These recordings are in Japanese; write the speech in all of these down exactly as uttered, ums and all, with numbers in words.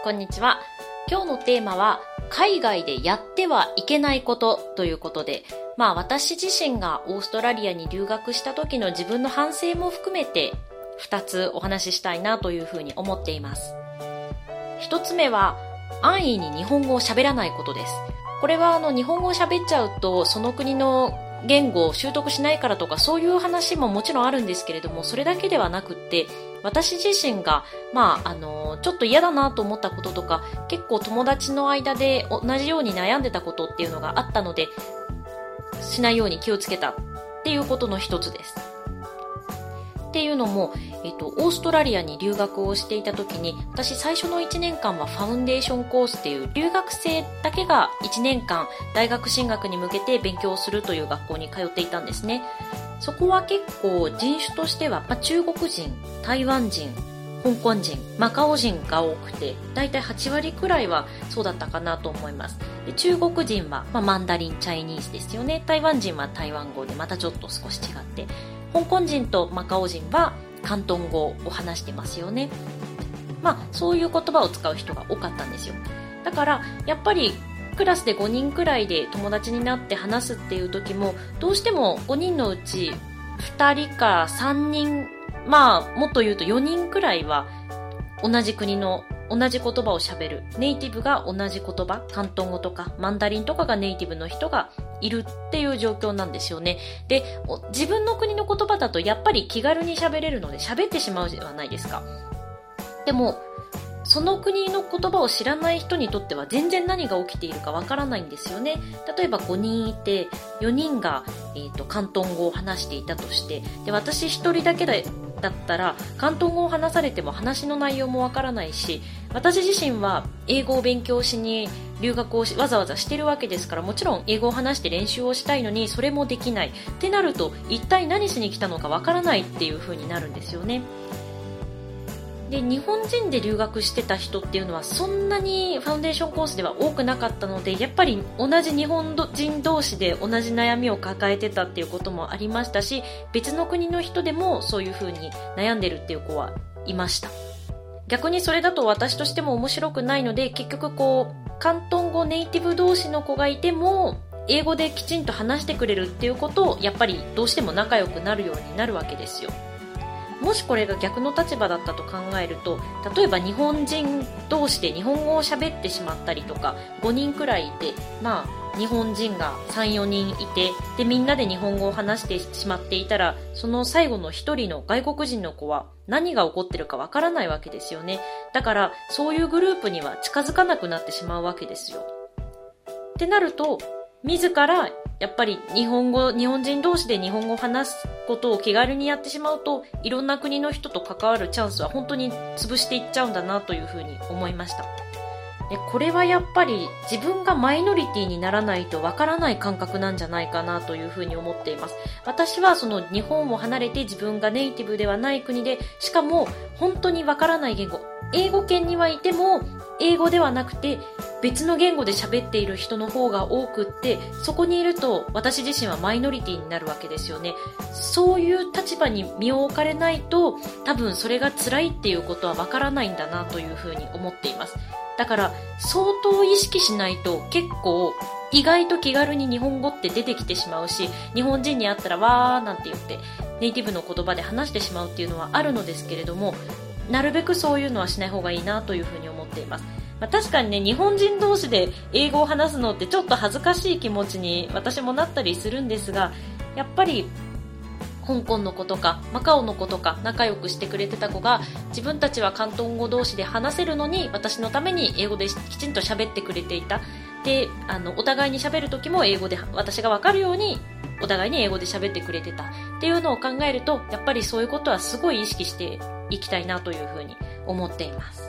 こんにちは。今日のテーマは海外でやってはいけないことということで、まあ私自身がオーストラリアに留学した時の自分の反省も含めてふたつお話ししたいなというふうに思っています。ひとつめは安易に日本語を喋らないことです。これはあの日本語を喋っちゃうとその国の言語を習得しないからとかそういう話ももちろんあるんですけれども、それだけではなくって私自身がまああのちょっと嫌だなと思ったこととか、結構友達の間で同じように悩んでたことっていうのがあったので、しないように気をつけたっていうことの一つです。っていうのも、えっと、オーストラリアに留学をしていた時に、私最初のいちねんかんはファウンデーションコースっていう留学生だけがいちねんかん大学進学に向けて勉強をするという学校に通っていたんですね。そこは結構人種としては、まあ、中国人、台湾人、香港人、マカオ人が多くて、だいたいはちわりくらいはそうだったかなと思います。で中国人は、まあ、マンダリン、チャイニーズですよね。台湾人は台湾語でまたちょっと少し違って、香港人とマカオ人は広東語を話してますよね。まあそういう言葉を使う人が多かったんですよ。だからやっぱりクラスでごにんくらいで友達になって話すっていう時も、どうしてもごにんのうちふたりかさんにん、まあもっと言うとよにんくらいは同じ国の同じ言葉を喋る、ネイティブが同じ言葉、広東語とかマンダリンとかがネイティブの人がいるっていう状況なんですよね。で、自分の国の言葉だとやっぱり気軽に喋れるので喋ってしまうじゃないですか。でもその国の言葉を知らない人にとっては全然何が起きているかわからないんですよね。例えばごにんいてよにんが、えーと、広東語を話していたとして、で私ひとりだけでだったら広東語を話されても話の内容もわからないし、私自身は英語を勉強しに留学をわざわざしてるわけですから、もちろん英語を話して練習をしたいのにそれもできないってなると、一体何しに来たのかわからないっていう風になるんですよね。で日本人で留学してた人っていうのはそんなにファウンデーションコースでは多くなかったので、やっぱり同じ日本人同士で同じ悩みを抱えてたっていうこともありましたし、別の国の人でもそういう風に悩んでるっていう子はいました。逆にそれだと私としても面白くないので、結局こう広東語ネイティブ同士の子がいても英語できちんと話してくれるっていうことをやっぱりどうしても仲良くなるようになるわけですよ。もしこれが逆の立場だったと考えると、例えば日本人同士で日本語を喋ってしまったりとか、ごにんくらいいて、まあ日本人がさん、よにんいて、でみんなで日本語を話してしまっていたら、その最後のひとりの外国人の子は何が起こってるかわからないわけですよね。だからそういうグループには近づかなくなってしまうわけですよ。ってなると、自らやっぱり日本語、日本人同士で日本語を話すことを気軽にやってしまうと、いろんな国の人と関わるチャンスは本当に潰していっちゃうんだなというふうに思いました。でこれはやっぱり自分がマイノリティにならないとわからない感覚なんじゃないかなというふうに思っています。私はその日本を離れて自分がネイティブではない国で、しかも本当にわからない言語、英語圏にはいても英語ではなくて別の言語で喋っている人の方が多くって、そこにいると私自身はマイノリティになるわけですよね。そういう立場に身を置かれないと、多分それが辛いっていうことはわからないんだなというふうに思っています。だから相当意識しないと結構意外と気軽に日本語って出てきてしまうし、日本人に会ったらわーなんて言ってネイティブの言葉で話してしまうっていうのはあるのですけれども、なるべくそういうのはしない方がいいなというふうに思っています。まあ、確かにね、日本人同士で英語を話すのってちょっと恥ずかしい気持ちに私もなったりするんですが、やっぱり香港の子とかマカオの子とか仲良くしてくれてた子が、自分たちは広東語同士で話せるのに私のために英語できちんと喋ってくれていた。で、あのお互いに喋る時も英語で私が分かるようにお互いに英語で喋ってくれてたっていうのを考えると、やっぱりそういうことはすごい意識していきたいなというふうに思っています。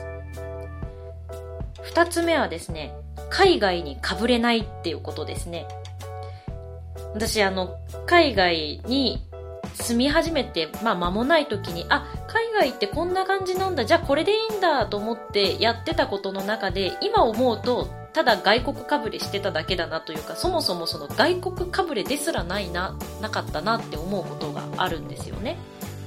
二つ目はですね、海外にかぶれないっていうことですね。私あの海外に住み始めてまあ間もない時に、あ、海外ってこんな感じなんだ、じゃあこれでいいんだと思ってやってたことの中で、今思うとただ外国かぶれしてただけだなというか、そもそもその外国かぶれですらないななかったなって思うことがあるんですよね。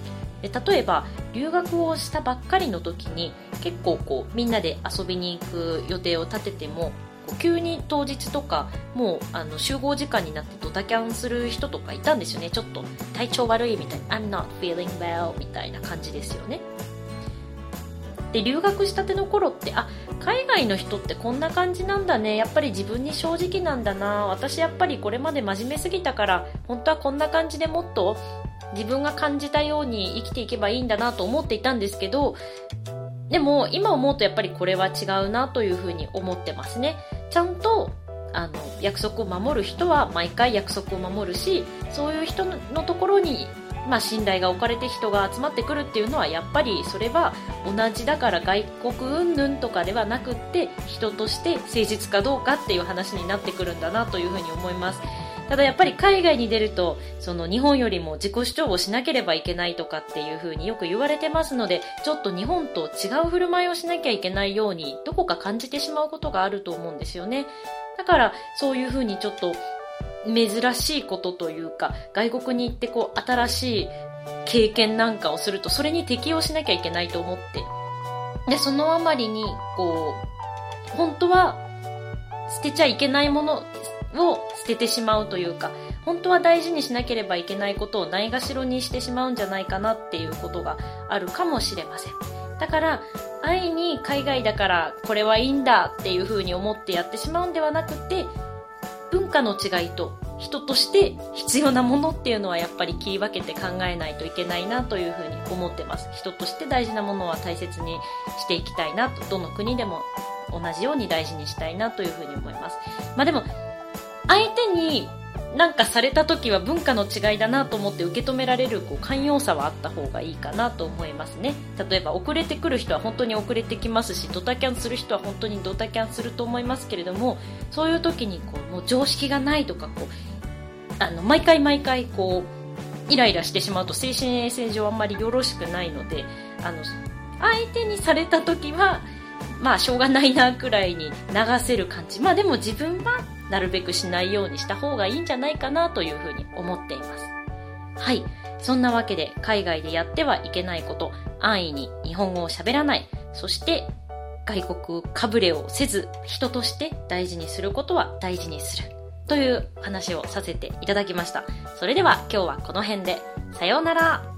で例えば留学をしたばっかりの時に結構こうみんなで遊びに行く予定を立てても急に当日とかもうあの集合時間になってドタキャンする人とかいたんですよね。ちょっと体調悪いみたいな I'm not feeling well みたいな感じですよね。で留学したての頃ってあ海外の人ってこんな感じなんだね、やっぱり自分に正直なんだな、私やっぱりこれまで真面目すぎたから本当はこんな感じでもっと自分が感じたように生きていけばいいんだなと思っていたんですけど、でも今思うとやっぱりこれは違うなというふうに思ってますね。ちゃんとあの約束を守る人は毎回約束を守るし、そういう人のところにまあ、信頼が置かれて人が集まってくるっていうのはやっぱりそれは同じだから外国云々とかではなくって人として誠実かどうかっていう話になってくるんだなというふうに思います。ただやっぱり海外に出るとその日本よりも自己主張をしなければいけないとかっていうふうによく言われてますので、ちょっと日本と違う振る舞いをしなきゃいけないようにどこか感じてしまうことがあると思うんですよね。だからそういうふうにちょっと珍しいことというか外国に行ってこう新しい経験なんかをするとそれに適応しなきゃいけないと思って、でそのあまりにこう本当は捨てちゃいけないものを捨ててしまうというか、本当は大事にしなければいけないことをないがしろにしてしまうんじゃないかなっていうことがあるかもしれません。だから安易に海外だからこれはいいんだっていう風に思ってやってしまうんではなくて、文化の違いと人として必要なものっていうのはやっぱり切り分けて考えないといけないなというふうに思ってます。人として大事なものは大切にしていきたいなと、どの国でも同じように大事にしたいなというふうに思います。まあでも相手になんかされた時は文化の違いだなと思って受け止められるこう寛容さはあった方がいいかなと思いますね。例えば遅れてくる人は本当に遅れてきますし、ドタキャンする人は本当にドタキャンすると思いますけれども、そういう時にこうもう常識がないとかこうあの毎回毎回こうイライラしてしまうと精神衛生上あんまりよろしくないので、あの相手にされた時はまあしょうがないなくらいに流せる感じ、まあでも自分はなるべくしないようにした方がいいんじゃないかなというふうに思っています。はい、そんなわけで海外でやってはいけないこと、安易に日本語を喋らない、そして外国かぶれをせず人として大事にすることは大事にするという話をさせていただきました。それでは今日はこの辺で、さようなら。